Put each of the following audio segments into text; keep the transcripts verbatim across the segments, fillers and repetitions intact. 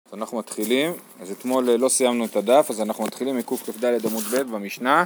אז אנחנו מתחילים, אז אתמול לא סיימנו את הדף, אז אנחנו מתחילים מקוף כ"ד עמוד ב' במשנה.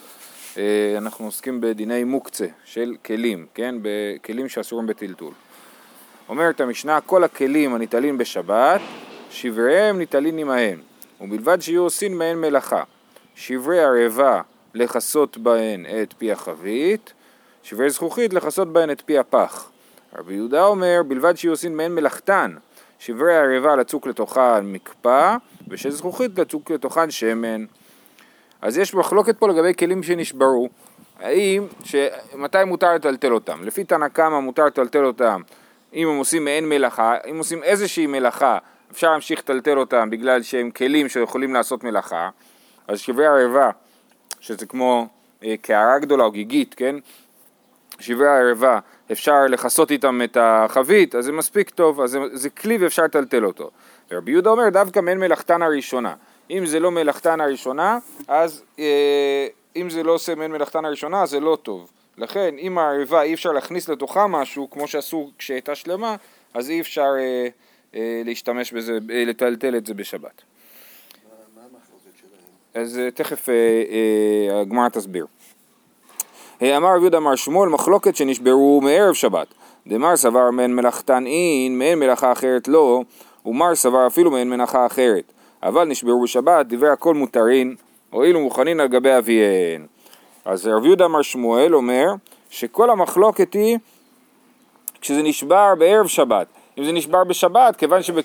אנחנו עוסקים בדיני מוקצה של כלים, כן? בכלים שאסורים בטלטול. אומרת המשנה, כל הכלים הניטלים בשבת, שבריהם ניטלים עמהם, ובלבד שיהיו עושים בהן מלאכה. שברי ערבה לחסות בהן את פי החבית, שברי זכוכית לחסות בהן את פי הפח. רבי יהודה אומר, בלבד שיהיו עושים בהן מלאכתן, שברי הערבה לצוק לתוכן מקפא, ושל זכוכית לצוק לתוכן שמן. אז יש מחלוקת פה לגבי כלים שנשברו. האם, ש... מתי מותר לטלטל אותם? לפי תנא קמא מותר לטלטל אותם אם הם עושים מעין מלאכה, אם עושים איזושהי מלאכה, אפשר להמשיך לטלטל אותם בגלל שהם כלים שיכולים לעשות מלאכה. אז שברי הערבה, שזה כמו אה, קערה גדולה או גיגית, כן? שברי הערבה, אפשר לחסות איתם את החבית, אז זה מספיק טוב, אז זה, זה כלי ואפשר לטלטל אותו. ורבי יהודה אומר, דווקא מעין מלאכתן הראשונה. אם זה לא מלאכתן הראשונה, אז אה, אם זה לא עושה מעין מלאכתן הראשונה, אז זה לא טוב. לכן, אם הערבה אי אפשר להכניס לתוכה משהו, כמו שעשו כשהייתה שלמה, אז אי אפשר אה, אה, להשתמש בזה, אה, לטלטל את זה בשבת. מה, מה המחלוקת שלהם? אז אה, תכף אה, אה, הגמרא תסביר. אמר רבי יהודה אמר שמואל, מחלוקת שנשברו מערב שבת. דמר סבר מעין מלאכתן אין, מעין מלאכה אחרת לא, ומר סבר אפילו מעין מלאכה אחרת. אבל נשברו בשבת, דבר הכל מותרין, הואילו מוכנין על גבי אביהן. אז רבי יהודה אמר שמואל אומר, שכל המחלוקת היא, כשזה נשבר בערב שבת. אם זה נשבר בשבת, כיוון שב...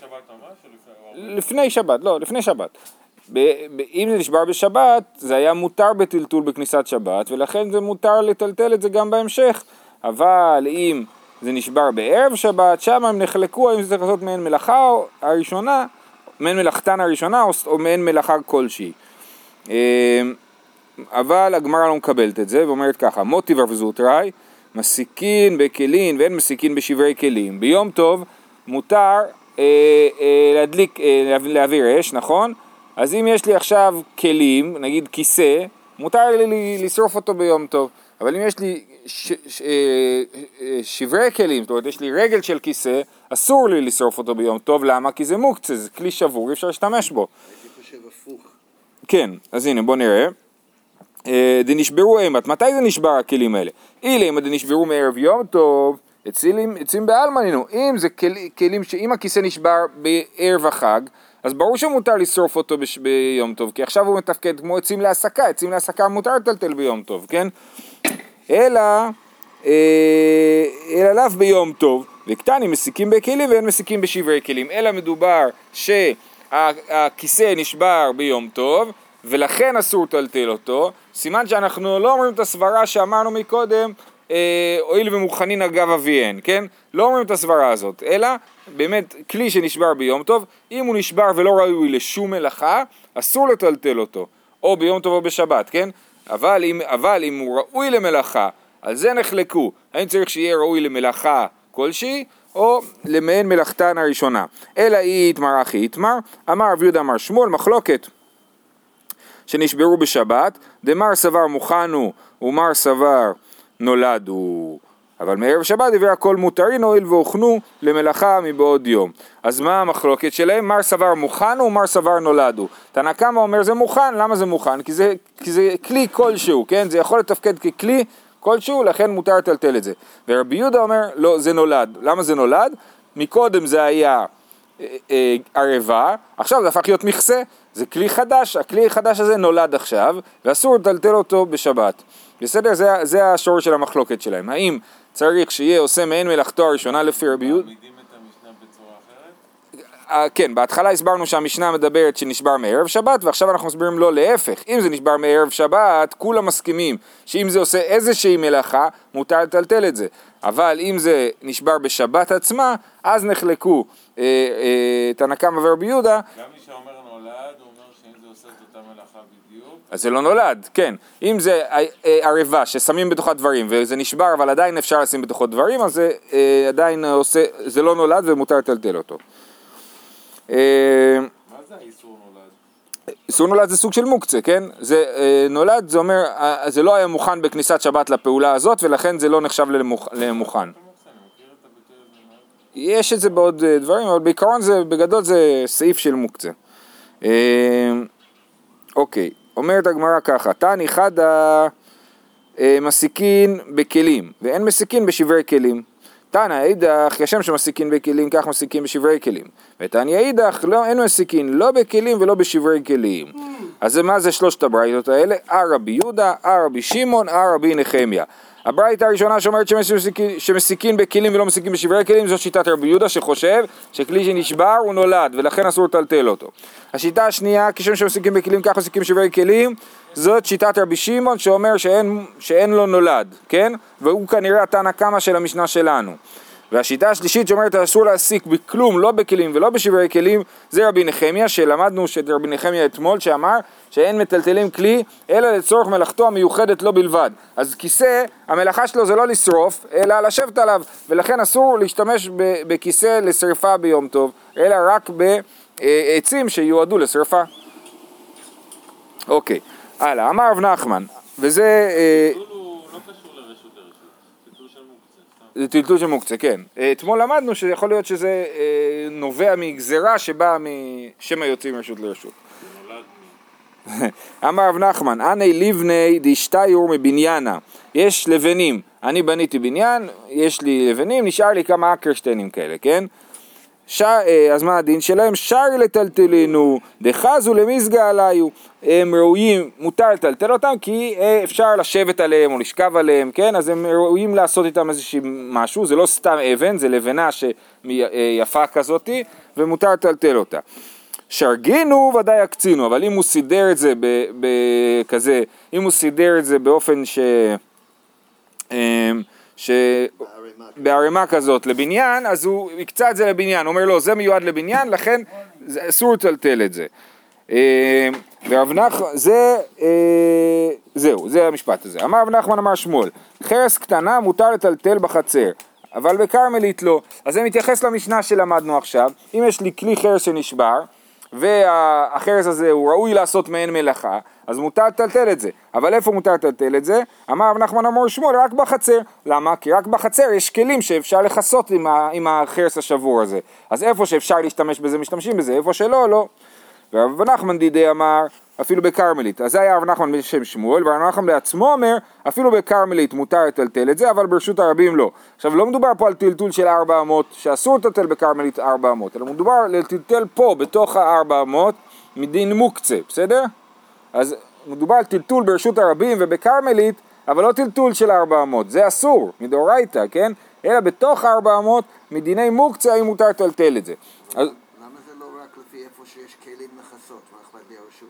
לפני שבת, לא, לפני שבת. אם זה נשבר בשבת, זה היה מותר בטלטול בכניסת שבת, ולכן זה מותר לטלטל את זה גם בהמשך. אבל אם זה נשבר בערב שבת, שם הם נחלקו האם זה צריך לעשות מעין מלאכה הראשונה, מעין מלאכתן הראשונה, או מעין מלאכה כלשהי. אבל הגמרא לא מקבלת את זה, ואומרת ככה, מוטי ורבזוטראי, מסיקין בכלים ואין מסיקין בשברי כלים. ביום טוב מותר אה, אה, להדליק, אה, להעביר אש, נכון? אז אם יש לי עכשיו כלים, נגיד כיסא, מותר לי לשרוף אותו ביום טוב. אבל אם יש לי ש, ש, שברי כלים, זאת אומרת, יש לי רגל של כיסא, אסור לי לשרוף אותו ביום טוב. למה? כי זה מוקצה, זה כלי שבור, אי אפשר להשתמש בו. הייתי חושב הפוך. כן, אז הנה, בוא נראה. דנשברו אימת, מתי זה נשבר הכלים האלה? אילה, אם דנשברו מערב יום טוב, אצים באלמנינו. אם זה כלים שאם הכיסא נשבר בערב החג, אז ברור שמותר לשרוף אותו ב- ביום טוב, כי עכשיו הוא מתפקד כמו עצים להסקה, עצים להסקה מותר לטלטל ביום טוב, כן? אלא, אה, אלא לאו ביום טוב, וקטנים מסיקים בכלים ואין מסיקים בשברי כלים, אלא מדובר שהכיסא נשבר ביום טוב, ולכן אסור לטלטל אותו, סימן שאנחנו לא אומרים את הסברה שאמרנו מקודם, הואיל ומוכנין על גב אביהן, כן? לא אומרים את הסברה הזאת, אלא באמת כלי שנשבר ביום טוב, אם הוא נשבר ולא ראוי לשום מלאכה, אסור לטלטל אותו, או ביום טוב או בשבת, כן? אבל אם, אבל אם הוא ראוי למלאכה, על זה נחלקו, האם צריך שיהיה ראוי למלאכה כלשהי, או למעין מלאכתן הראשונה. אלא היא יתמר אחי יתמר, אמר רבי יהודה אמר שמואל, מחלוקת שנשברו בשבת, דמר סבר מוכנו ומר סבר נולדו, אבל מערב שבת דבר הכל מותרין הואיל והוכנו למלאכה מבעוד יום. אז מה המחלוקת שלהם? מר סבר מוכנו ומר סבר נולדו. תנא קמא אומר זה מוכן, למה זה מוכן? כי זה, כי זה כלי כלשהו, כן? זה יכול לתפקד ככלי כלשהו, לכן מותר לטלטל את זה. ורבי יהודה אומר לא, זה נולד. למה זה נולד? מקודם זה היה אה, אה, ערבה, עכשיו זה הפך להיות מכסה, זה כלי חדש, הכלי החדש הזה נולד עכשיו, ואסור לטלטל אותו בשבת. בסדר? זה, זה השור של המחלוקת שלהם. האם צריך שיהיה עושה מעין מלאכתו הראשונה לפי רבי יהודה? מעמידים את המשנה בצורה אחרת? כן, בהתחלה הסברנו שהמשנה מדברת שנשבר מערב שבת, ועכשיו אנחנו מסבירים לא להפך. אם זה נשבר מערב שבת, כולם מסכימים שאם זה עושה איזושהי מלאכה, מותר לטלטל את זה. אבל אם זה נשבר בשבת עצמה, אז נחלקו אה, אה, תנא קמא ורבי יהודה. גם מי שאומר נולד, הוא אומר שאם זה עושה את אותה מלאכה בדיוק. אז זה לא נולד, כן. אם זה ערבה ששמים בתוכה דברים, וזה נשבר, אבל עדיין אפשר לשים בתוכו דברים, אז זה אה, עדיין עושה, זה לא נולד ומותר לטלטל אותו. מה זה האיסור נולד? איסור נולד זה סוג של מוקצה, כן? זה אה, נולד, זה אומר, אה, זה לא היה מוכן בכניסת שבת לפעולה הזאת, ולכן זה לא נחשב למוכ... למוכן. יש את זה בעוד דברים, אבל בעיקרון זה, בגדול זה סעיף של מוקצה. אוקיי, אומרת הגמרא ככה, תני חדה מסיקין בכלים, ואין מסיקין בשברי כלים. תנא אידך, כשם שמסיקין בכלים, כך מסיקין בשברי כלים. ותניא אידך, לא, אין מסיקין לא בכלים ולא בשברי כלים. אז מה זה שלושת הברייתות האלה? רבי יהודה, רבי שמעון, רבי נחמיה. הברייתא הראשונה שאומרת שמסיקין, שמסיקין בכלים ולא מסיקין בשברי כלים, זו שיטת רבי יהודה שחושב שכלי שנשבר הוא נולד ולכן אסור לטלטל אותו. השיטה השנייה, כשם שמסיקין בכלים, כך מסיקין בשברי כלים, זאת שיטת רבי שמעון שאומר שאין, שאין לו נולד, כן? והוא כנראה התנא קמא של המשנה שלנו. והשיטה השלישית שאומרת אסור להסיק בכלום, לא בכלים ולא בשברי כלים, זה רבי נחמיה, שלמדנו שרבי נחמיה אתמול שאמר שאין מטלטלים כלי אלא לצורך מלאכתו המיוחדת לו בלבד. אז כיסא, המלאכה שלו זה לא לשרוף אלא לשבת עליו, ולכן אסור להשתמש בכיסא לשריפה ביום טוב, אלא רק בעצים שיועדו לשריפה. אוקיי, הלאה, אמר רב נחמן, וזה... זה טלטול של מוקצה, כן. אתמול למדנו שיכול להיות שזה נובע מגזרה שבאה משם היוצאים מרשות לרשות. אמר רב נחמן, אנא לבני דשתיור מבניינה. יש לבנים, אני בניתי בניין, יש לי לבנים, נשאר לי כמה אקרשטיינים כאלה, כן? ש... אז מה הדין שלהם? שרי לטלטלינו, דחזו למזגה עליו, הם ראויים, מותר לטלטל אותם כי אפשר לשבת עליהם או לשכב עליהם, כן? אז הם ראויים לעשות איתם איזשהו משהו, זה לא סתם אבן, זה לבנה שיפה כזאת, ומותר לטלטל אותה. שרגינו ודאי הקצינו, אבל אם הוא סידר את זה בכזה, אם הוא סידר את זה באופן ש... ש... בערימה כזאת לבניין, אז הוא יקצה את זה לבניין, הוא אומר לו זה מיועד לבניין, לכן אסור לטלטל את זה. ורב נחמן, זה, זהו, זה המשפט הזה. אמר רב נחמן אמר שמואל, חרס קטנה מותר לטלטל בחצר, אבל בקרמלית לא. אז זה מתייחס למשנה שלמדנו עכשיו, אם יש לי כלי חרס שנשבר, והחרס הזה הוא ראוי לעשות מעין מלאכה, אז מותר לטלטל את זה. אבל איפה מותר לטלטל את זה? אמר רב נחמן אמר שמואל, רק בחצר. למה? כי רק בחצר יש כלים שאפשר לחסות עם, ה, עם החרס השבור הזה. אז איפה שאפשר להשתמש בזה, משתמשים בזה, איפה שלא, לא. ורב נחמן דידי אמר, אפילו בקרמלית. אז זה היה רב נחמן בשם שמואל, ורב נחמן בעצמו אומר, אפילו בקרמלית מותר לטלטל את זה, אבל ברשות הרבים לא. עכשיו, לא מדובר פה על טלטול של ארבע אמות, שאסור לטלטל בקרמלית ארבע אמות, אלא מדובר לטלטל פה, בתוך הארבע אמות, מדין מוקצה, בסדר? אז מדובר על טלטול ברשות הרבים ובקרמלית, אבל לא טלטול של ארבע אמות, זה אסור, מדאורייתא, כן? אלא בתוך ארבע אמות, מדיני מוקצה, אם מותר לטלטל את זה. אז... איפה שיש כלים לחסות, מה אכפת לי הרשות?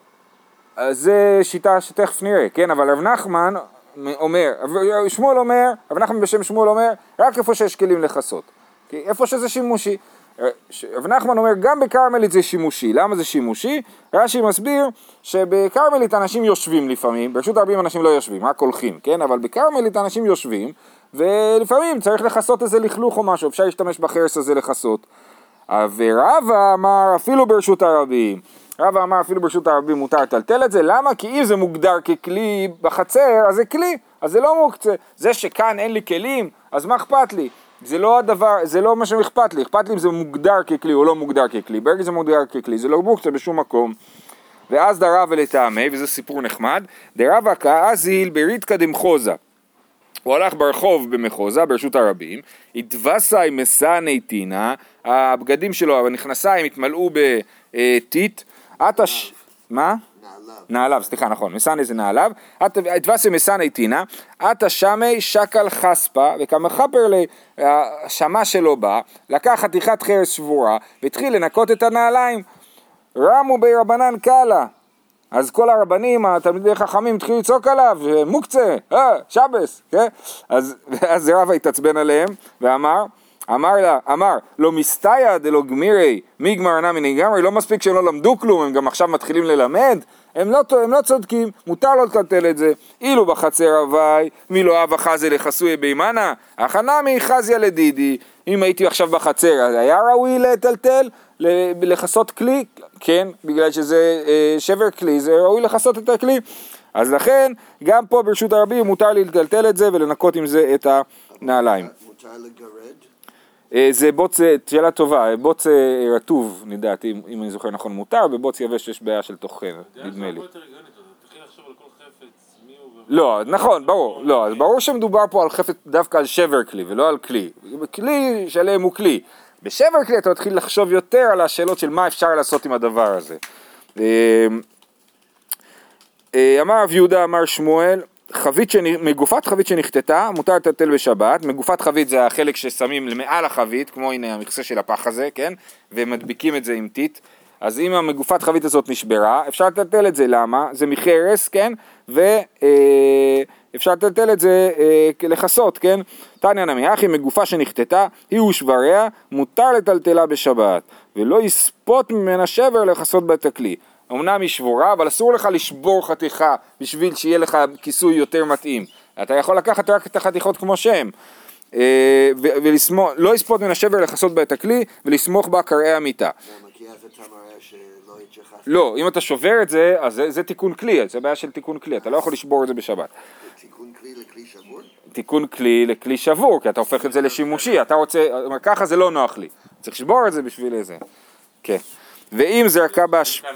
אז זה שיטה שתכף נראה, כן, אבל רב נחמן אומר, שמואל אומר, רב נחמן בשם שמואל אומר, רק איפה שיש כלים לחסות, כי איפה שזה שימושי. רב נחמן אומר, גם בקרמלית זה שימושי. למה זה שימושי? רש"י מסביר שבקרמלית אנשים יושבים לפעמים, ברשות הרבים אנשים לא יושבים, רק הולכים, כן, אבל בקרמלית אנשים יושבים, ולפעמים צריך לחסות איזה לכלוך או משהו, אפשר להשתמש בחרס הזה לחסות. ורבא אמר אפילו ברשות הרבים, רבא אמר אפילו ברשות הרבים מותר לטלטל את זה, למה? כי אם זה מוגדר ככלי בחצר, אז זה כלי, אז זה לא מוקצה. זה שכאן אין לי כלים, אז מה אכפת לי? זה לא הדבר, זה לא מה שאכפת לי, אכפת לי אם זה מוגדר ככלי או לא מוגדר ככלי, ברגע זה מוגדר ככלי, זה לא מוקצה בשום מקום. ואז דרבא לטעמי, וזה סיפור נחמד, דרבא כאזיל בריתקא דמחוזה. הוא הלך ברחוב במחוזה, ברשות הרבים, התווסי מסעני טינה, הבגדים שלו, הנכנסיים התמלאו בטיט, התש... מה? נעליו. נעליו, סליחה, נכון, מסעני זה נעליו, התווסי מסעני טינה, התשמי שקל חספה, וכמחפר לשמה שלו בא, לקח חתיכת חרס שבורה, והתחיל לנקות את הנעליים, רמו בי רבנן קלה, אז כל הרבנים, התלמידי חכמים התחילו לצעוק עליו, מוקצה, אה, שבס, כן? אז, אז רבא התעצבן עליהם ואמר, אמר לה, אמר, לא מסתייע דלא גמירי, מי גמרנה מני גמרי, לא מספיק שהם לא למדו כלום, הם גם עכשיו מתחילים ללמד, הם לא, הם לא צודקים, מותר לא לטלטל את זה, אילו בחצר הווי, מי לא אהב חזי לחסוי בימנה, הכנה מי חזיה לדידי, אם הייתי עכשיו בחצר, אז היה ראוי לטלטל, לחסות כלי, כן, בגלל שזה שבר כלי, זה ראוי לחסות את הכלי, אז לכן, גם פה ברשות הרבים מותר לי לטלטל את זה ולנקות עם זה את הנעליים. מותר לגרד? זה בוץ, שאלה טובה, בוץ רטוב, נדעתי, אם אני זוכר נכון מותר, בבוץ יבש יש בעיה של תוכן, נדמה לי. תתחיל לחשוב על כל חפץ, מי הוא... לא, נכון, ברור, לא, אז ברור שמדובר פה על חפץ דווקא על שבר כלי, ולא על כלי. כלי שלם הוא כלי. בשבר כלי אתה מתחיל לחשוב יותר על השאלות של מה אפשר לעשות עם הדבר הזה. אמר רב יהודה, אמר שמואל, חבית שנ... מגופת חבית שנחתתה, מותר לטלטל בשבת. מגופת חבית זה החלק ששמים למעל החבית, כמו הנה המכסה של הפח הזה, כן? ומדביקים את זה עם טיט. אז אם המגופת חבית הזאת נשברה, אפשר לטלטל את זה, למה? זה מחרס, כן? ואפשר לטלטל את זה לחסות, כן? תניא נמי אחי, מגופה שנחתתה, היא ושבריה, מותר לטלטלה בשבת, ולא יספוט ממנה שבר לחסות בת הכלי. אמנם היא שבורה, אבל אסור לך לשבור חתיכה בשביל שיהיה לך כיסוי יותר מתאים. אתה יכול לקחת רק את החתיכות כמו שהם. ולא יספוט מן השבר לחסות בה את הכלי ולסמוך בה קרעי המיטה. לא, אם אתה שובר את זה, אז זה תיקון כלי, זה בעיה של תיקון כלי, אתה לא יכול לשבור את זה בשבת. תיקון כלי לכלי שבור? תיקון כלי לכלי שבור, כי אתה הופך את זה לשימושי, אתה רוצה, ככה זה לא נוח לי, צריך לשבור את זה בשביל זה. כן. ואם זרקה בהשפעה,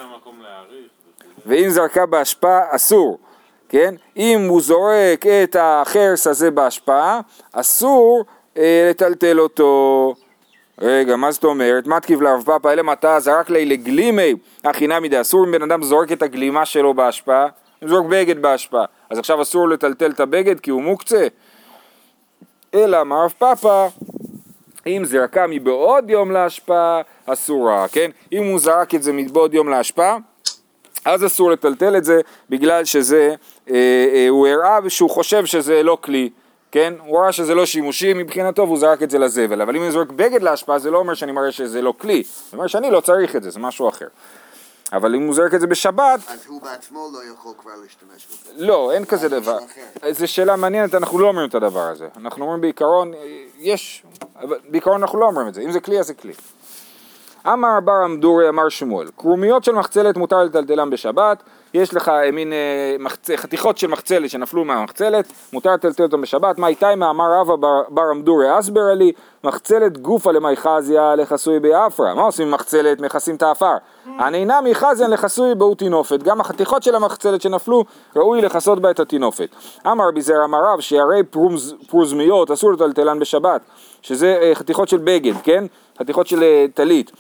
ואם זרקה בהשפעה, אסור, כן? אם הוא זורק את החרס הזה בהשפעה, אסור אה, לטלטל אותו. רגע, מה זאת אומרת? מתקיב לרב פאפא, אלא מתה זרק לי לגלימי, הכינה מדי, אסור אם בן אדם זורק את הגלימה שלו בהשפעה, אם זורק בגד בהשפעה, אז עכשיו אסור לטלטל את הבגד כי הוא מוקצה. אלא מה רב פאפא, אם זרקה מבעוד יום להשפעה, אסורה, כן? אם הוא זרק את זה מבעוד יום להשפעה, אז אסור לטלטל את זה, בגלל שזה, אה, אה, הוא הראה שהוא חושב שזה לא כלי, כן? הוא ראה שזה לא שימושי מבחינתו, והוא זרק את זה לזבל. אבל אם הוא זורק בגד להשפעה, זה לא אומר שאני מראה שזה לא כלי. זה אומר שאני לא צריך את זה, זה משהו אחר. אבל אם הוא זורק את זה בשבת... אז הוא בעצמו לא יכול כבר להשתמש בזה. לא, אין כזה דבר. זו שאלה מעניינת, אנחנו לא אומרים את הדבר הזה. אנחנו אומרים בעיקרון, יש, בעיקרון אנחנו לא אומרים את זה. אם זה כלי, אז זה כלי. אמר בר אמדורי, אמר שמואל, קרומיות של מחצלת מותר לטלטלם בשבת, יש לך מין מחצ... חתיכות של מחצלת שנפלו מהמחצלת, מותר לטלטל אותם בשבת. מה איתי מאמר רבא בר, בר אמדורי אסבר עלי, מחצלת גופה למי חזיה לחסוי באפרה. מה עושים מחצלת? מכסים את האפר. הנעינה מחזיה לחסוי באו תינופת, גם החתיכות של המחצלת שנפלו ראוי לחסות בה את התינופת. אמר רבי זרע אמר רב שירי פרוז, פרוזמיות אסור לטלטלן בשבת, שזה חתיכות של בגד, כן? חתיכות של טלית.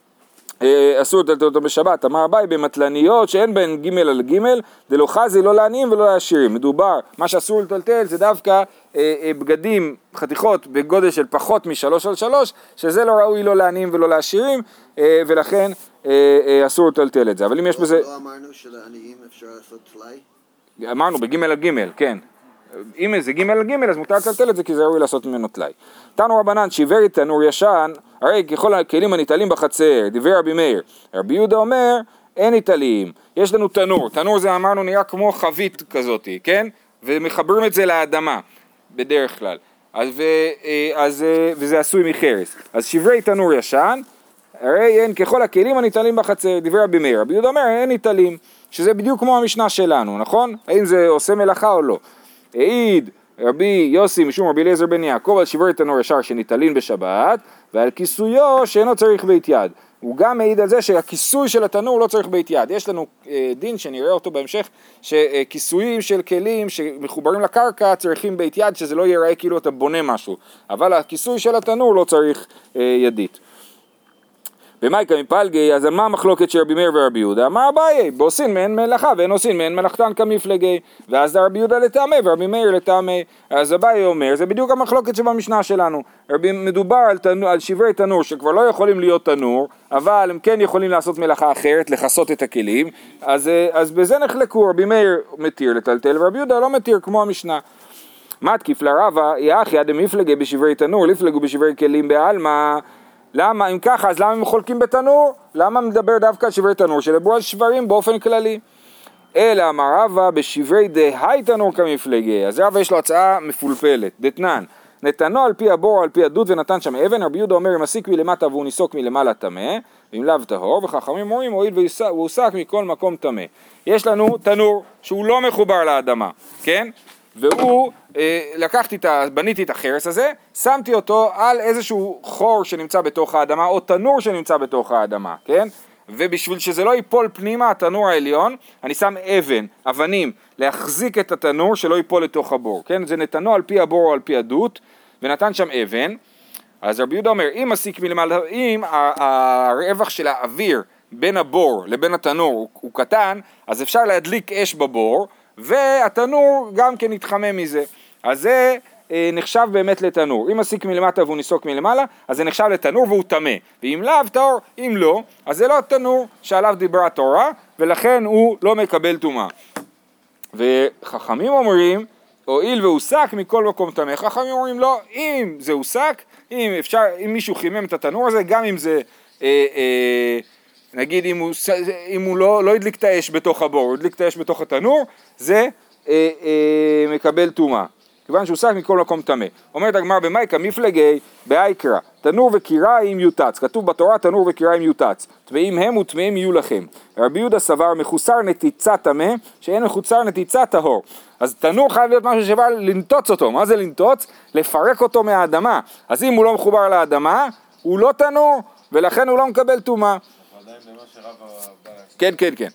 אסור לטלטל אותו בשבת. אמר אביי, במטלניות שאין בהן ג' על ג' דלא חזי לא לעניים ולא לעשירים. מדובר, מה שאסור לטלטל זה דווקא אה, אה, בגדים, חתיכות בגודל של פחות משלוש על שלוש, שזה לא ראוי לא לעניים ולא לעשירים, אה, ולכן אה, אה, אסור לטלטל את זה. אבל אם יש בזה... לא אמרנו שלעניים אפשר לעשות טלאי? אמרנו, בג' על ג', כן. אם זה ג' על ג' אז מותר לטלטל את זה כי זה ראוי לעשות ממנו טלאי. תנו רבנן שיברי תנור ישן, הרי ככל הכלים הניטלים בחצר, דיבר רבי מאיר. רבי יהודה אומר, אין ניטלים, יש לנו תנור, תנור זה אמרנו נראה כמו חבית כזאת, כן? ומחברים את זה לאדמה, בדרך כלל. אז, ו, אז, וזה עשוי מחרס. אז שברי תנור ישן, הרי אין ככל הכלים הניטלים בחצר, דיבר רבי מאיר. רבי יהודה אומר, אין ניטלים, שזה בדיוק כמו המשנה שלנו, נכון? האם זה עושה מלאכה או לא? העיד רבי יוסי משום רבי אליעזר בן יעקב על שברי תנור ישר שניטלין בשבת ועל כיסויו שאינו צריך בית יד. הוא גם מעיד על זה שהכיסוי של התנור לא צריך בית יד. יש לנו אה, דין שנראה אותו בהמשך שכיסויים של כלים שמחוברים לקרקע צריכים בית יד, שזה לא ייראה כאילו אתה בונה משהו, אבל הכיסוי של התנור לא צריך אה, ידית. במאיקה מפלגי, אז מה המחלוקת של רבי מאיר ורבי יהודה? אמר אביי, בעושין מהן מלאכה ואין עושין מהן מלאכתן כמפלגי, ואז רבי יהודה לטעמי ורבי מאיר לטעמי. אז אביי אומר, זה בדיוק המחלוקת שבמשנה שלנו. רבי, מדובר על, תנור, על שברי תנור שכבר לא יכולים להיות תנור, אבל הם כן יכולים לעשות מלאכה אחרת, לחסות את הכלים, אז, אז בזה נחלקו, רבי מאיר מתיר לטלטל ורבי יהודה לא מתיר כמו המשנה. מתקיף לרבה, יחי עד המפלגי בשברי תנור, לפלגו בשברי כלים בעלמא. למה, אם ככה, אז למה הם חולקים בתנור? למה מדבר דווקא על שברי תנור שלבו על שברים באופן כללי? אלא אמר רבא בשברי דהי תנור כמפלגי. אז רבא יש לו הצעה מפולפלת, דתנן. נתנו על פי הבור, על פי הדוד ונתן שם אבן. רבי יהודה אומר, אם הסיק מלמטה והוא ניסוק מלמעלה טמא, ואם לאו טהור, וחכמים אומרים, הואיל והוא סק מכל מקום טמא. יש לנו תנור שהוא לא מחובר לאדמה, כן? והוא, אה, לקחתי את ה... בניתי את החרס הזה, שמתי אותו על איזשהו חור שנמצא בתוך האדמה, או תנור שנמצא בתוך האדמה, כן? ובשביל שזה לא ייפול פנימה, התנור העליון, אני שם אבן, אבנים, להחזיק את התנור שלא ייפול לתוך הבור, כן? זה נתנו על פי הבור או על פי הדות, ונתן שם אבן. אז רבי יהודה אומר, אם מסיק מלמעלה, אם הרווח של האוויר בין הבור לבין התנור הוא, הוא קטן, אז אפשר להדליק אש בבור, והתנור גם כן יתחמם מזה. אז זה אה, נחשב באמת לתנור. אם מסיק מלמטה והוא ניסוק מלמעלה, אז זה נחשב לתנור והוא טמא. ואם לאו טהור, אם לא, אז זה לא תנור שעליו דיברה התורה, ולכן הוא לא מקבל טומאה. וחכמים אומרים, הואיל והוסק מכל מקום טמא. חכמים אומרים לא, אם זה הוסק, אם אפשר, אם מישהו חימם את התנור הזה, גם אם זה, אה, אה, נגיד אם הוא, אם הוא לא, לא הדליק את האש בתוך הבור, הוא הדליק את האש בתוך התנור, זה אה, אה, מקבל טומאה. כיוון שהוסק מכל מקום טמא. אומרת הגמרא במייקה מפלגי באיקרא, תנור וקיריים יוטץ. כתוב בתורה תנור וקיריים יוטץ. טמאים הם וטמאים יהיו לכם. רבי יהודה סבר מחוסר נתיצה טמא, שאין מחוסר נתיצה טהור. אז תנור חייב להיות משהו שבא לנטוץ אותו. מה זה לנטוץ? לפרק אותו מהאדמה. אז אם הוא לא מחובר לאדמה, הוא לא תנור, ולכן הוא לא מקבל טומאה. עדיין במה שרב הבא... כן, כן, כן.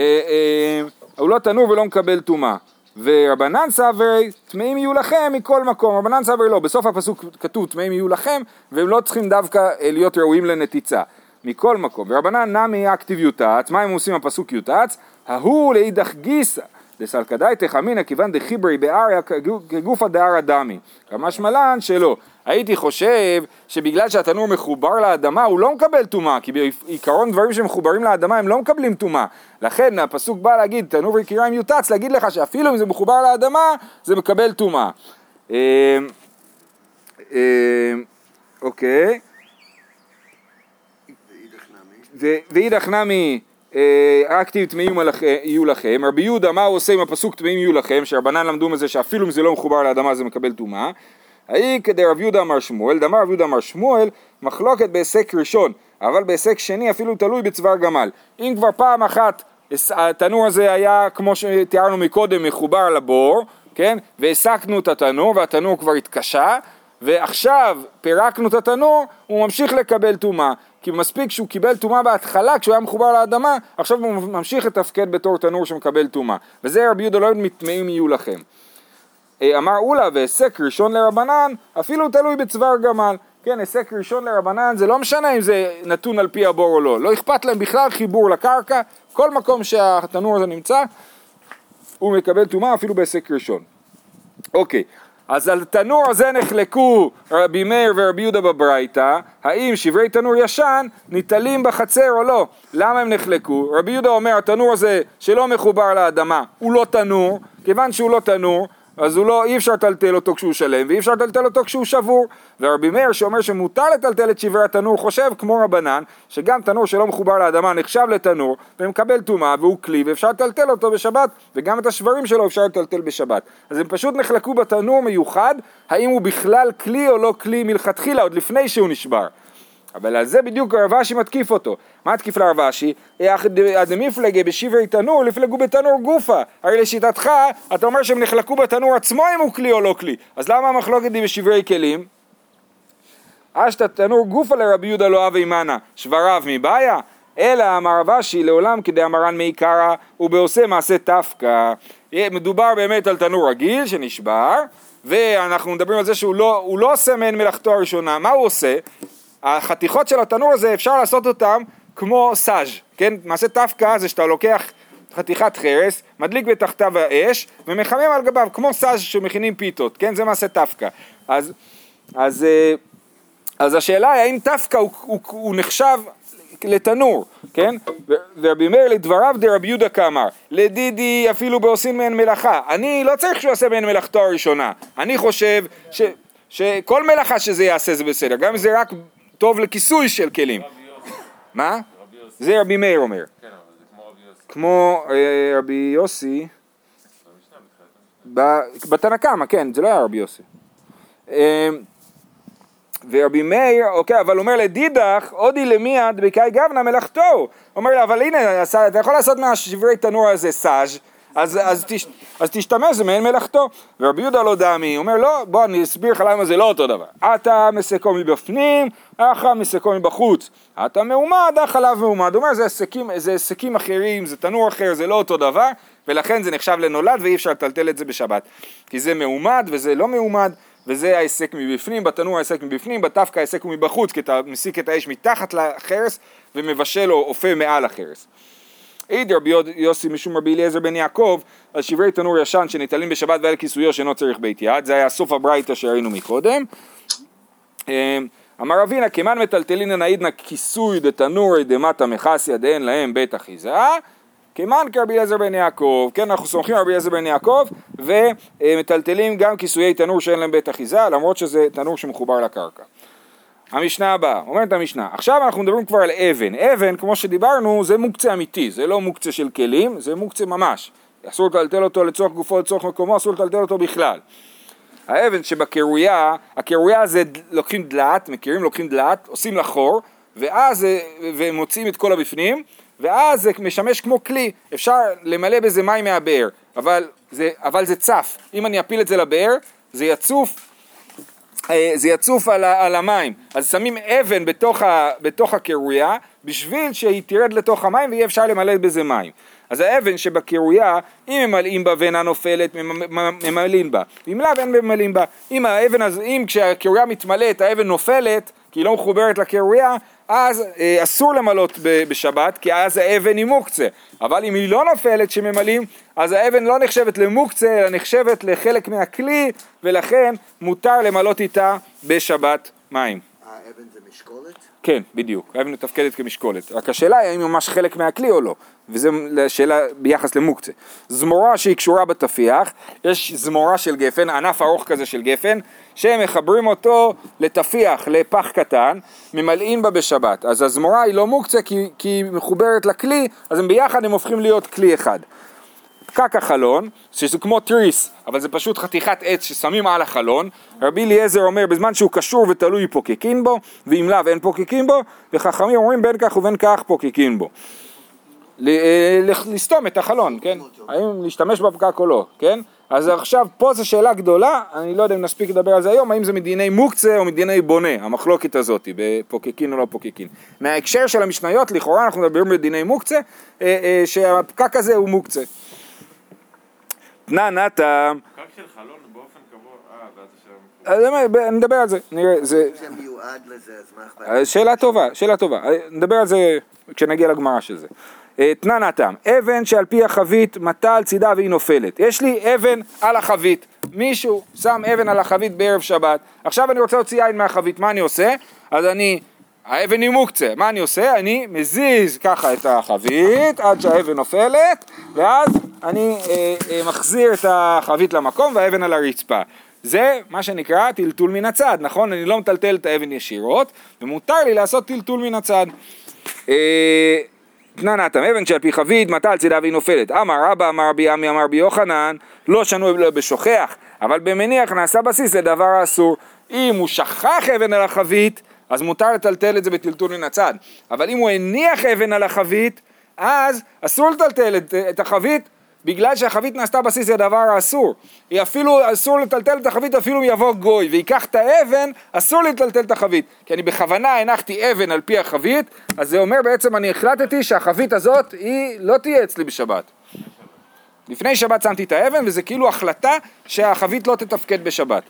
הוא לא תנור ולא מקבל טומאה. ורבנן סברי, טמאים יהיו לכם מכל מקום. רבנן סברי לא, בסוף הפסוק כתוב טמאים יהיו לכם, והם לא צריכים דווקא להיות ראויים לנתיצה. מכל מקום. ורבנן נמי אקטיב יוטץ, מה הם עושים הפסוק יוטץ? ההוא לאידך גיסא, דסלקדאי תחמינא כיוון דחיברי באריה כגופא דארא דמי. כמה שמלן שלא. הייתי חושב שבגלל שהתנור מחובר לאדמה הוא לא מקבל טומאה, כי בעיקרון דברים שמחוברים לאדמה הם לא מקבלים טומאה. לכן הפסוק בא להגיד תנור וקיריים יוטץ, להגיד לך שאפילו אם זה מחובר לאדמה זה מקבל טומאה. אוקיי. ואידך נמי אקטיב טמאים יהיו לכם. רבי יהודה מה הוא עושה עם הפסוק טמאים יהיו לכם, שרבנן למדו מזה שאפילו אם זה לא מחובר לאדמה זה מקבל טומאה. היי כדי רב יהודה אמר שמואל, דאמר רב יהודה אמר שמואל, מחלוקת בהיסק ראשון, אבל בהיסק שני אפילו תלוי בצוואר גמל. אם כבר פעם אחת התנור הזה היה כמו שתיארנו מקודם מחובר לבור, כן? והסקנו את התנור והתנור כבר התקשה, ועכשיו פירקנו את התנור, הוא ממשיך לקבל טומאה. כי מספיק שהוא קיבל טומאה בהתחלה כשהוא היה מחובר לאדמה, עכשיו הוא ממשיך לתפקד בתור תנור שמקבל טומאה. וזה רבי יהודה לא טמאים יהיו לכם. אמר אולה והסק ראשון לרבנן אפילו תלוי בצוואר גמל. כן, הסק ראשון לרבנן זה לא משנה אם זה נתון על פי הבור או לא, לא אכפת להם בכלל חיבור לקרקע, כל מקום שהתנור הזה נמצא הוא מקבל טומאה אפילו בהסק ראשון. אוקיי, אז על תנור הזה נחלקו רבי מאיר ורבי יהודה בברייתא, האם שברי תנור ישן ניטלים בחצר או לא. למה הם נחלקו? רבי יהודה אומר התנור הזה שלא מחובר לאדמה הוא לא תנור, כיוון שהוא לא תנור אז הוא לא, אי אפשר לטלטל אותו כשהוא שלם, ואי אפשר לטלטל אותו כשהוא שבור. ורבי מאיר שאומר שמותר לטלטל את שברי התנור, חושב כמו רבנן, שגם תנור שלא מחובר לאדמה נחשב לתנור, ומקבל טומאה והוא כלי, ואפשר לטלטל אותו בשבת, וגם את השברים שלו אפשר לטלטל בשבת. אז הם פשוט נחלקו בתנור מיוחד, האם הוא בכלל כלי או לא כלי מלכתחילה, עוד לפני שהוא נשבר. אבל על זה בדיוק הרב אשי מתקיף אותו. מה תקיף לרב אשי? הדמפלגי בשברי תנור לפלגו בתנור גופה. הרי לשיטתך אתה אומר שהם נחלקו בתנור עצמו אם הוא כלי או לא כלי. אז למה המחלוקת היא בשברי כלים? אשת תנור גופה לרבי יהודה לא אבי מנה שבריו מבעיה, אלא אמר רב אשי לעולם כדי אמרן מעיקרא ובעושה מעשה תפקא. מדובר באמת על תנור רגיל שנשבר, ואנחנו מדברים על זה שהוא לא, הוא לא עושה מעין מלאכתו הראשונה. מה הוא עושה? החתיכות של התנור הזה אפשר לעשות אותם כמו סאז', כן? מעשה תפקא זה שאתה לוקח חתיכת חרס, מדליק בתחתיו האש ומחמם על גביו, כמו סאז' שמכינים פיתות, כן? זה מעשה תפקא. אז, אז, אז השאלה היא האם תפקא הוא, הוא, הוא נחשב לתנור, כן? ורבי מאיר לדבריו דרבי יהודה כאמר, לדידי אפילו בעושים מעין מלאכה. אני לא צריך שהוא יעשה מעין מלאכתו הראשונה. אני חושב ש, שכל מלאכה שזה יעשה זה בסדר, גם אם זה רק טוב לכיסוי של כלים. מה? זה רבי מאיר אומר. כן, אבל זה כמו רבי יוסי. כמו רבי יוסי. בתנא קמא, כן, זה לא היה רבי יוסי. ורבי מאיר, אוקיי, אבל אומר לדידך, עודי למיד בקאי גבנה מלאכתו. אומר לה, אבל הנה, אתה יכול לעשות מהשברי תנור הזה סאז', אז, אז, תש, אז תשתמש, זה מעין מלאכתו. ורבי יהודה לא דמי, הוא אומר, לא, בוא אני אסביר לך למה זה לא אותו דבר. אתה מסקו מבפנים, אחא מסקו מבחוץ. אתה מעומד, אחא לאו מעומד. הוא אומר, זה עסקים, זה עסקים אחרים, זה תנור אחר, זה לא אותו דבר, ולכן זה נחשב לנולד, ואי אפשר לטלטל את זה בשבת. כי זה מעומד וזה לא מעומד, וזה העסק מבפנים, בתנור העסק מבפנים, בתפקה העסק הוא מבחוץ, כי אתה מסיק את האש מתחת לחרס, ומבשל או אופה מעל החרס. עיד רבי יוסי משום רבי אליעזר בן יעקב, על שברי תנור ישן שניטלים בשבת ועל כיסויו שאינו צריך בית יד, זה היה סוף הברייתא שראינו מקודם. אמר רבינה, כמן מטלטלין נעידנה כיסוי דתנור דמטה מחסיה דאין להם בית אחיזה, כמן כרבי אליעזר בן יעקב, כן, אנחנו סומכים רבי אליעזר בן יעקב, ומטלטלים גם כיסויי תנור שאין להם בית אחיזה, למרות שזה תנור שמחובר לקרקע. המשנה הבאה, אומרת המשנה, עכשיו אנחנו מדברים כבר על אבן, אבן כמו שדיברנו זה מוקצה אמיתי, זה לא מוקצה של כלים, זה מוקצה ממש, אסור לטלטל אותו לצורך גופו, לצורך מקומו, אסור לטלטל אותו בכלל. האבן שבקרויה, הקרויה זה לוקחים דלת, מכירים, לוקחים דלת, עושים לה חור, ואז ומוצאים את כל הבפנים, ואז זה משמש כמו כלי, אפשר למלא בזה מים מהבאר, אבל זה, אבל זה צף, אם אני אפיל את זה לבאר, זה יצוף, זה יצוף על, על המים, אז שמים אבן בתוך, ה, בתוך הקרויה, בשביל שהיא תרד לתוך המים ויהיה אפשר למלא בזה מים. אז האבן שבקרויה, אם ממלאים בה ואינה נופלת, ממלאים בה, אם לא, אין ממלאים בה. אם האבן, אם כשהקרויה מתמלאת, האבן נופלת, כי היא לא מחוברת לקרויה, אז אה, אסור למלות בשבת, כי אז האבן היא מוקצה. אבל אם היא לא נופלת שממלאים, אז האבן לא נחשבת למוקצה, אלא נחשבת לחלק מהכלי, ולכן מותר למלות איתה בשבת מים. האבן זה משקולת? כן, בדיוק. האבן מתפקדת כמשקולת. רק השאלה היא האם היא ממש חלק מהכלי או לא. וזו שאלה ביחס למוקצה. זמורה שהיא קשורה בתפיח, יש זמורה של גפן, ענף ארוך כזה של גפן, שהם מחברים אותו לתפיח, לפח קטן, ממלאים בה בשבת. אז הזמורה היא לא מוקצה כי, כי היא מחוברת לכלי, אז הם ביחד הם הופכים להיות כלי אחד. פקק החלון, שזה כמו תריס, אבל זה פשוט חתיכת עץ ששמים על החלון, רבי אליעזר אומר בזמן שהוא קשור ותלוי פוקקין בו, ואם לאו אין פוקקין בו, וחכמים אומרים בין כך ובין כך פוקקין בו. לסתום את החלון, כן? האם להשתמש בפקק או לא, כן? אז עכשיו פה זו שאלה גדולה, אני לא יודע אם נספיק לדבר על זה היום, האם זה מדיני מוקצה או מדיני בונה, המחלוקת הזאת, בפוקקין או לא פוקקין. מההקשר של המשניות, לכאורה אנחנו מדברים בדיני מוקצה, שהפקק הזה הוא מוקצה. תנא נתא. פקק של חלון באופן קבוע, אה, ואז השאלה... נדבר על זה, נראה, זה... זה מיועד לזה, אז מה אכפת? שאלה טובה, שאלה טובה, נדבר על זה כשנגיע לגמרא של זה. תנא נתא, אבן שעל פי החבית מטה על צידה והיא נופלת. יש לי אבן על החבית, מישהו שם אבן על החבית בערב שבת, עכשיו אני רוצה להוציא יין מהחבית, מה אני עושה? אז אני, האבן היא מוקצה, מה אני עושה? אני מזיז ככה את החבית עד שהאבן נופלת, ואז אני אה, אה, מחזיר את החבית למקום והאבן על הרצפה. זה מה שנקרא טלטול מן הצד, נכון? אני לא מטלטל את האבן ישירות, ומותר לי לעשות טלטול מן הצד. אה... תנא נתא, אבן שעל פי חבית מטה על צידה והיא נופלת. אמר רבא, אמר רבי עמי, אמר רבי יוחנן, לא שנוי ולא בשוכח, אבל במניח נעשה בסיס לדבר האסור. אם הוא שכח אבן על החבית, אז מותר לטלטל את זה בטלטול מן הצד. אבל אם הוא הניח אבן על החבית, אז אסור לטלטל את, את החבית, בגלל שהחבית נעשתה בסיס לדבר האסור. היא אפילו אסור לטלטל את החבית אפילו אם יבוא גוי ויקח את האבן, אסור לטלטל את החבית. כי אני בכוונה הנחתי אבן על פי החבית, אז זה אומר בעצם אני החלטתי שהחבית הזאת היא לא תהיה אצלי בשבת. לפני שבת שמתי את האבן וזה כאילו החלטה שהחבית לא תתפקד בשבת.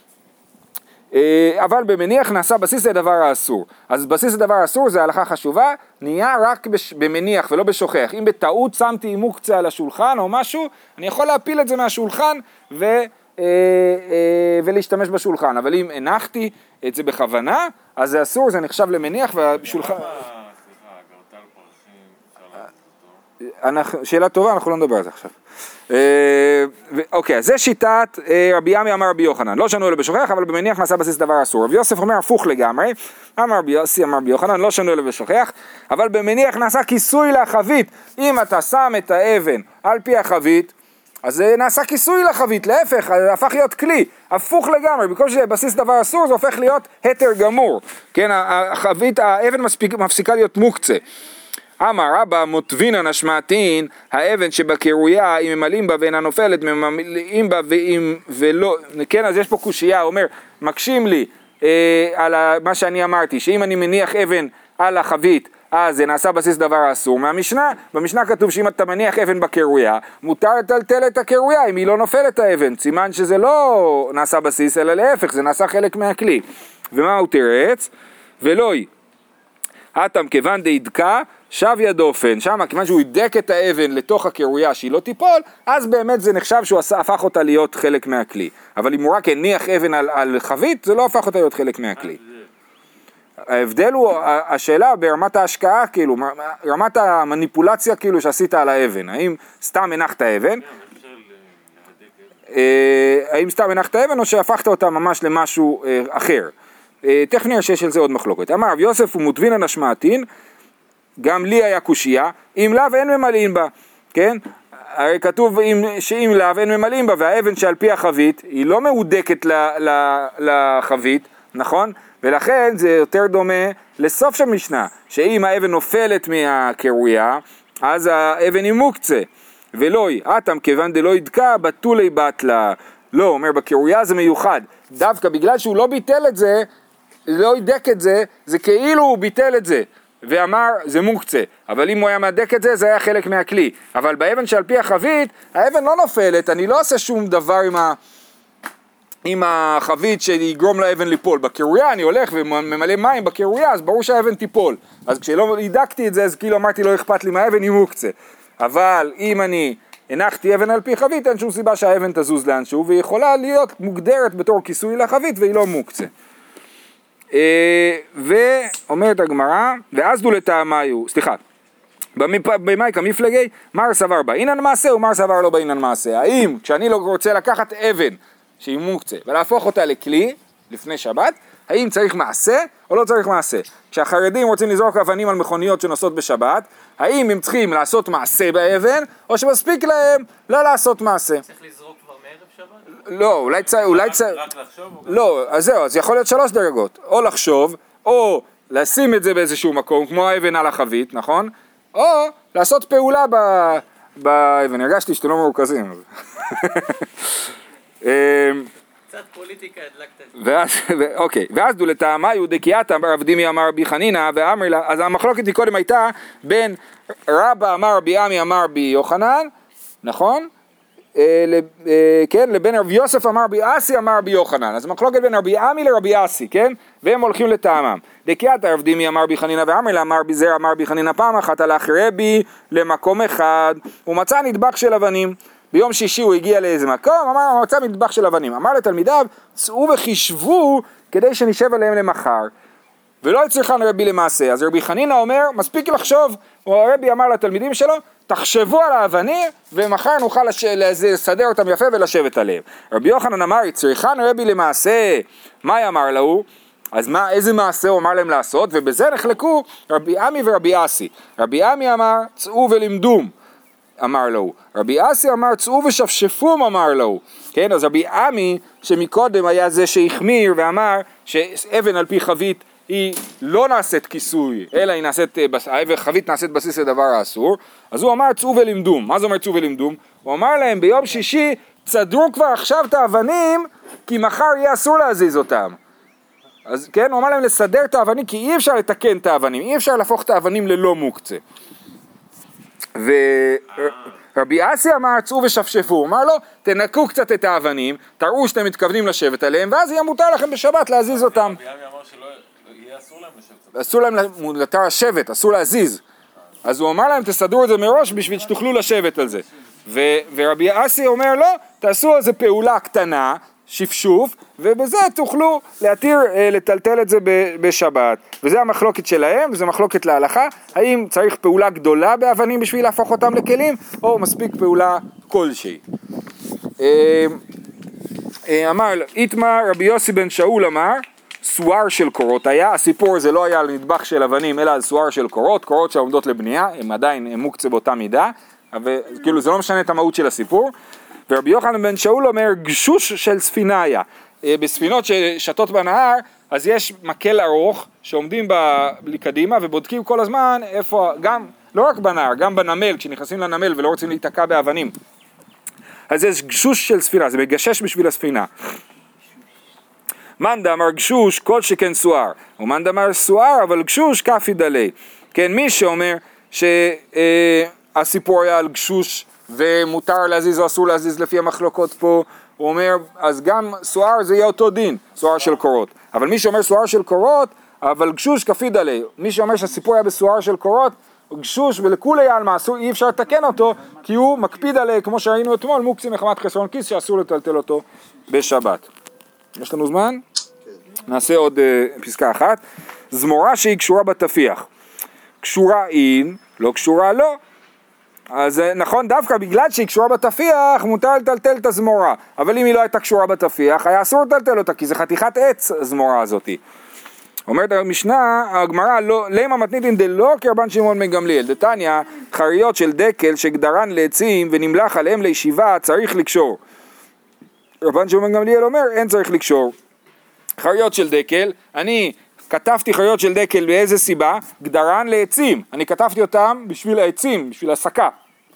אבל במניח נעשה בסיס לדבר האסור. אז בסיס לדבר האסור זה הלכה חשובה, נהיה רק במניח ולא בשוכח. אם בטעות שמתי מוקצה על השולחן או משהו, אני יכול להפיל את זה מהשולחן ו, אה, אה, ולהשתמש בשולחן. אבל אם הנחתי את זה בכוונה, אז זה אסור, זה נחשב למניח והשולחן... סליחה, גרטל פרחים, אפשר לעשות אותו? שאלה טובה, אנחנו לא נדבר על זה עכשיו. אוקיי, אז זה שיטת רבי עמי אמר רבי יוחנן, לא שנוי אלא בשוכח, אבל במניח נעשה בסיס דבר אסור. רבי יוסף אומר הפוך לגמרי, אמר רבי יוסי אמר רבי יוחנן, לא שנוי אלא בשוכח, אבל במניח נעשה כיסוי לחבית. אם אתה שם את האבן על פי החבית, אז זה נעשה כיסוי לחבית, להפך, זה הפך להיות כלי, הפוך לגמרי, בכל שזה בסיס דבר אסור, זה הופך להיות היתר גמור. כן, החבית, האבן מפסיקה להיות מוקצה. אמר רבא מוטבינן השמעתין, האבן שבקרויה, אם ממלאים בה ואינה נופלת, ממלאים בה ואם ולא, כן, אז יש פה קושייה, אומר, מקשים לי אה, על מה שאני אמרתי, שאם אני מניח אבן על החבית, אז זה נעשה בסיס דבר אסור. מהמשנה, במשנה כתוב שאם אתה מניח אבן בקרויה, מותר לטלטל את הקרויה אם היא לא נופלת האבן, סימן שזה לא נעשה בסיס, אלא להפך, זה נעשה חלק מהכלי. ומה הוא תירץ? ולוי, אתם כיוון דהדקה, שב ידופן, שם כיוון שהוא ידק את האבן לתוך הקרויה שהיא לא תיפול, אז באמת זה נחשב שהוא הפך אותה להיות חלק מהכלי. אבל אם הוא רק הניח אבן על, על חבית, זה לא הפך אותה להיות חלק מהכלי. ההבדל הוא, השאלה ברמת ההשקעה, כאילו, רמת המניפולציה כאילו שעשית על האבן, האם סתם הנחת האבן, האם סתם הנחת האבן או שהפכת אותה ממש למשהו אחר. תכף נראה שיש על זה עוד מחלוקת. אמר רב יוסף ומוטבינן השמעתין, גם לי היה קושייה, אם לאו אין ממלאים בה, כן? הרי כתוב שאם לאו אין ממלאים בה, והאבן שעל פי החבית היא לא מהודקת לחבית, נכון? ולכן זה יותר דומה לסוף של משנה, שאם האבן נופלת מהקרויה, אז האבן היא מוקצה. ולוי, אתם כיוון דלא ידקה, בתולי בטלה. לא, אומר, בקרויה זה מיוחד. דווקא בגלל שהוא לא ביטל את זה, לא ידק את זה, זה כאילו הוא ביטל את זה. ואמר, זה מוקצה. אבל אם הוא היה מדק את זה, זה היה חלק מהכלי. אבל באבן שעל פי החבית, האבן לא נופלת, אני לא עושה שום דבר עם ה... עם החבית שיגרום לאבן ליפול. בקרויה אני הולך וממלא מים בקרויה, אז ברור שהאבן תיפול. אז כשלא הידקתי את זה, אז כאילו אמרתי לא אכפת לי מהאבן, היא מוקצה. אבל אם אני הנחתי אבן על פי חבית, אין שום סיבה שהאבן תזוז לאנשהו, והיא יכולה להיות מוגדרת בתור כיסוי לחבית, והיא לא מוקצה. ואומרת הגמרא, ואז דו לטעמיו, סליחה, במאי כמפלגי, מר סבר באינן מעשה ומר סבר לא באינן מעשה. האם כשאני לא רוצה לקחת אבן שהיא מוקצה ולהפוך אותה לכלי לפני שבת, האם צריך מעשה או לא צריך מעשה? כשהחרדים רוצים לזרוק אבנים על מכוניות שנוסעות בשבת, האם הם צריכים לעשות מעשה באבן או שמספיק להם לא לעשות מעשה? צריך לזרוק כבר מערב שבת? לא, אולי צריך... אולי צריך... רק לחשוב? לא, אז זהו, אז יכול להיות שלוש דרגות, או לחשוב, או לשים את זה באיזשהו מקום, כמו האבן על החבית, נכון? או לעשות פעולה ב... באבן, הרגשתי שאתם לא מרוכזים. קצת פוליטיקה הדלקת. ואז, אוקיי, ואז דו לטעמיו דקייתא רב דימי אמר רבי חנינא ואמר לה, אז המחלוקת היא קודם הייתה בין רבא אמר רבי עמי אמר רבי יוחנן, נכון? אה, אה, כן, לבין רבי יוסף אמר רבי אסי אמר רבי יוחנן, אז המחלוקת בין רבי עמי לרבי אסי, כן? והם הולכים לטעמם. דקייתא רב דימי אמר רבי חנינא ואמר לה אמר רבי זרע אמר רבי חנינא פעם אחת הלך רבי למקום אחד ומצא נדבך של אבנים. ביום שישי הוא הגיע לאיזה מקום, אמר, מצא מטבח של אבנים. אמר לתלמידיו, צאו וחישבו כדי שנשב עליהם למחר. ולא הצריכן רבי למעשה. אז רבי חנינא אומר, מספיק לחשוב, הרבי אמר לתלמידים שלו, תחשבו על האבנים, ומחר נוכל לש... לסדר אותם יפה ולשבת עליהם. רבי יוחנן אמר, הצריכן רבי למעשה, מה אמר לו? אז מה, איזה מעשה הוא אמר להם לעשות? ובזה נחלקו רבי עמי ורבי אסי. רבי עמי אמר, צאו ולמדום. אמר לו, רבי אסי אמר צאו ושפשפום אמר לו, כן, אז רבי עמי שמקודם היה זה שהחמיר ואמר שאבן על פי חבית היא לא נעשית כיסוי, אלא היא נעשית, האבן חבית נעשית בסיס לדבר האסור, אז הוא אמר צאו ולמדום. מה זה אומר צאו ולמדום? הוא אמר להם ביום שישי צדרו כבר עכשיו את האבנים כי מחר יהיה אסור להזיז אותם. אז כן, הוא אמר להם לסדר את האבנים כי אי אפשר לתקן את האבנים, אי אפשר להפוך את האבנים ללא מוקצה. ורבי אסי אמר צאו ושפשפו, הוא אמר לו תנקו קצת את האבנים, תראו שאתם מתכוונים לשבת עליהם ואז יהיה מותר לכם בשבת להזיז אותם. רבי עמי אמר שלא יהיה אסור להם לשבת. אסור להם לתר לשבת, אסור להזיז. אז הוא אמר להם תסדרו את זה מראש בשביל שתוכלו לשבת על זה. ורבי אסי אומר לא, תעשו איזו פעולה קטנה, שפשוף, ובזה תוכלו להתיר, לטלטל את זה בשבת. וזה המחלוקת שלהם, וזה מחלוקת להלכה, האם צריך פעולה גדולה באבנים בשביל להפוך אותם לכלים, או מספיק פעולה כלשהי. אמר, איתמר רבי יוסי בן שאול אמר, סואר של קורות היה, הסיפור הזה לא היה על נדבך של אבנים, אלא על סואר של קורות, קורות שעומדות לבנייה, הם עדיין הם מוקצה באותה מידה, אבל כאילו זה לא משנה את המהות של הסיפור. ורבי יוחנן בן שאול אומר גשוש של ספינה היה. בספינות ששתות בנהר, אז יש מקל ארוך שעומדים בקדימה ובודקים כל הזמן איפה, גם לא רק בנהר, גם בנמל, כשנכנסים לנמל ולא רוצים להיתקע באבנים. אז יש גשוש של ספינה, זה מגשש בשביל הספינה. מאן דאמר גשוש כל שכן סוער, ומאן דאמר סוער אבל גשוש כפי דלי. כן, מי שאומר שהסיפור היה על גשוש ומותר להזיז או אסור להזיז לפי המחלוקות פה, הוא אומר, אז גם סוער זה יהיה אותו דין, סוער של קורות. אבל מי שאומר סוער של קורות, אבל גשוש כפי דלי. מי שאומר שהסיפור היה בסוער של קורות, גשוש ולכולי עלמא אסור, אי אפשר לתקן אותו, כי הוא מקפיד עליה, כמו שהראינו אתמול, מוקצה מחמת חסרון כיס, שאסור לטלטל אותו בשבת. יש לנו זמן? נעשה עוד uh, פסקה אחת. זמורה שהיא קשורה בתפיח. קשורה אין, לא קשורה לא. אז נכון, דווקא בגלל שהיא קשורה בתפיח, מותר לטלטל את הזמורה. אבל אם היא לא הייתה קשורה בתפיח, היה אסור לטלטל אותה, כי זה חתיכת עץ, הזמורה הזאת. אומרת המשנה, הגמרא, לא, למה מתניתין דלא כרבן שמעון בן גמליאל. דתניא, חריות של דקל שגדרן לעצים ונמלח עליהם לישיבה, צריך לקשור. רבן שמעון בן גמליאל אומר, אין צריך לקשור. חריות של דקל, אני כתבתי חריות של דקל באיזה סיבה? גדרן לעצים. אני כתבתי אותם בשביל העצים, בשביל הסקה.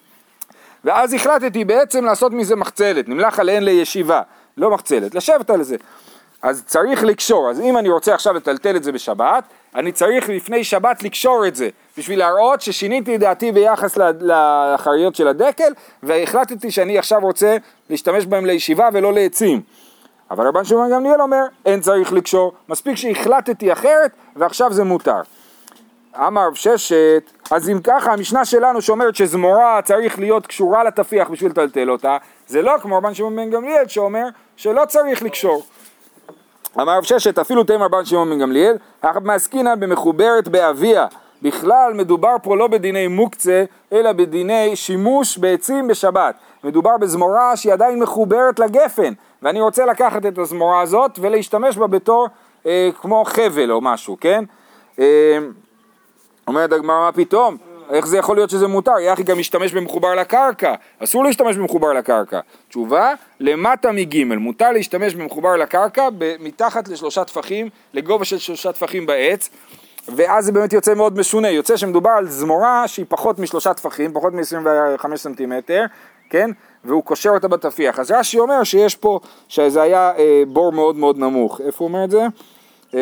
ואז החלטתי בעצם לעשות מזה מחצלת, נמלח עליהן לישיבה, לא מחצלת, לשבת על זה. אז צריך לקשור, אז אם אני רוצה עכשיו לטלטל את זה בשבת, אני צריך לפני שבת לקשור את זה, בשביל להראות ששיניתי דעתי ביחס לחריות של הדקל, והחלטתי שאני עכשיו רוצה להשתמש בהם לישיבה ולא לעצים. אבל רבן שמעון גמליאל אומר, אין צריך לקשור, מספיק שהחלטתי אחרת, ועכשיו זה מותר. אמר רב ששת, אז אם ככה, המשנה שלנו שאומרת שזמורה צריך להיות קשורה לתפיח בשביל לטלטל אותה, זה לא כמו רבן שמעון בן גמליאל שאומר שלא צריך לקשור. אמר רב ששת, אפילו תאמר רבן שמעון בן גמליאל, אך מעסקינן במחוברת באביה. בכלל מדובר פה לא בדיני מוקצה, אלא בדיני שימוש בעצים בשבת. מדובר בזמורה שהיא עדיין מחוברת לגפן, ואני רוצה לקחת את הזמורה הזאת ולהשתמש בה בתור אה, כמו חבל או משהו, כן? אה, אומרת הגמרא, מה פתאום? איך זה יכול להיות שזה מותר? יחי גם משתמש במחובר לקרקע, אסור להשתמש במחובר לקרקע. תשובה, למטה מגימל, מותר להשתמש במחובר לקרקע מתחת לשלושה טפחים, לגובה של שלושה טפחים בעץ, ואז זה באמת יוצא מאוד משונה, יוצא שמדובר על זמורה שהיא פחות משלושה טפחים, פחות מ-עשרים וחמישה סנטימטר, כן? והוא קושר אותה בתפיח. אז רש"י אומר שיש פה, שזה היה אה, בור מאוד מאוד נמוך. איפה הוא אומר את זה? אה,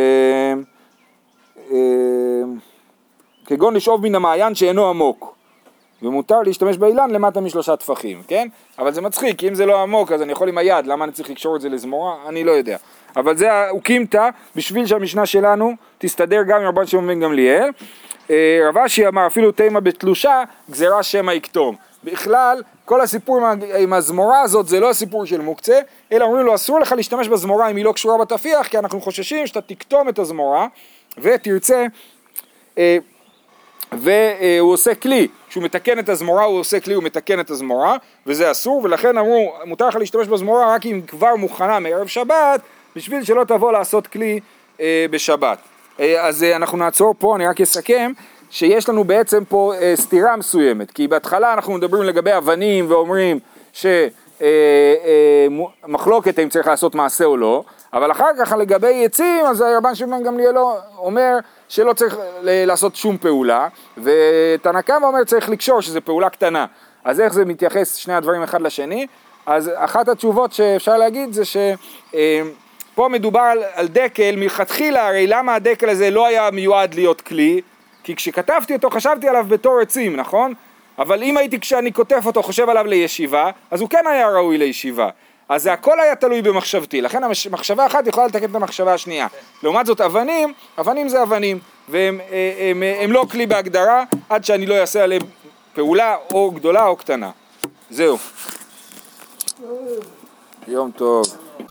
אה, כגון לשאוב מן המעיין שאינו עמוק, ומותר להשתמש באילן למטה משלושה טפחים, כן? אבל זה מצחיק, כי אם זה לא עמוק, אז אני יכול עם היד, למה אני צריך לקשור את זה לזמורה? אני לא יודע. אבל זה הוקימתא, בשביל שהמשנה שלנו תסתדר גם עם רבן שמעון בן גמליאל. רב אשי אמר, אפילו תימא בתלושה, גזירה שמא יקטום. בכלל, כל הסיפור עם הזמורה הזאת, זה לא הסיפור של מוקצה, אלא אומרים לו, אסור לך להשתמש בזמורה אם היא לא קשורה בתפיח, כי אנחנו חוששים שאתה תקטום את הזמורה, ותרצה... והוא עושה כלי, כשהוא מתקן את הזמורה הוא עושה כלי, הוא מתקן את הזמורה, וזה אסור, ולכן אמרו, מותר לך להשתמש בזמורה רק אם כבר מוכנה מערב שבת, בשביל שלא תבוא לעשות כלי אה, בשבת. אה, אז אה, אנחנו נעצור פה, אני רק אסכם, שיש לנו בעצם פה אה, סתירה מסוימת, כי בהתחלה אנחנו מדברים לגבי אבנים ואומרים שמחלוקת אה, אה, אם צריך לעשות מעשה או לא, אבל אחר כך לגבי עצים, אז רבן שמעון גמליאל אומר שלא צריך לעשות שום פעולה, ותנא קמא אומר צריך לקשור, שזה פעולה קטנה. אז איך זה מתייחס שני הדברים אחד לשני? אז אחת התשובות שאפשר להגיד זה שפה מדובר על, על דקל, מלכתחילה, הרי למה הדקל הזה לא היה מיועד להיות כלי? כי כשכתבתי אותו חשבתי עליו בתור עצים, נכון? אבל אם הייתי כשאני כותב אותו חושב עליו לישיבה, אז הוא כן היה ראוי לישיבה. אז זה הכל היה תלוי במחשבתי, לכן המחשבה אחת יכולה לתקן את המחשבה השנייה. לעומת זאת אבנים, אבנים זה אבנים, והם הם, הם, הם לא כלי בהגדרה, עד שאני לא אעשה עליהם פעולה או גדולה או קטנה. זהו. יום טוב.